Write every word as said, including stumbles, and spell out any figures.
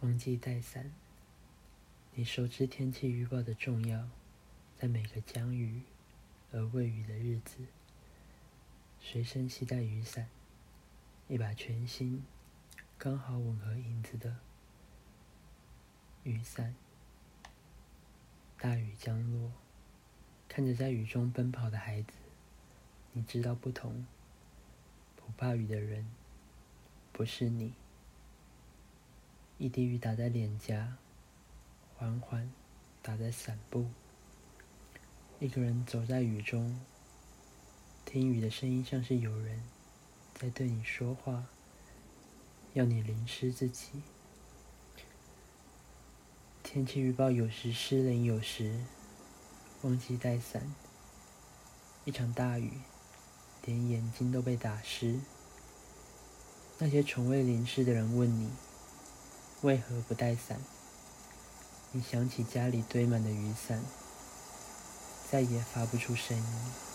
忘记带伞。你熟知天气预报的重要，在每个将雨而未雨的日子，随身携带雨伞，一把全新、刚好吻合影子的雨伞。大雨将落，看着在雨中奔跑的孩子，你知道不同。不怕雨的人，不是你。一滴雨打在脸颊，缓缓打在伞部。一个人走在雨中，听雨的声音像是有人在对你说话，要你淋湿自己。天气预报有时湿淋，有时忘记带伞。一场大雨，连眼睛都被打湿。那些从未淋湿的人问你，为何不带伞？你想起家里堆满的雨伞，再也发不出声音。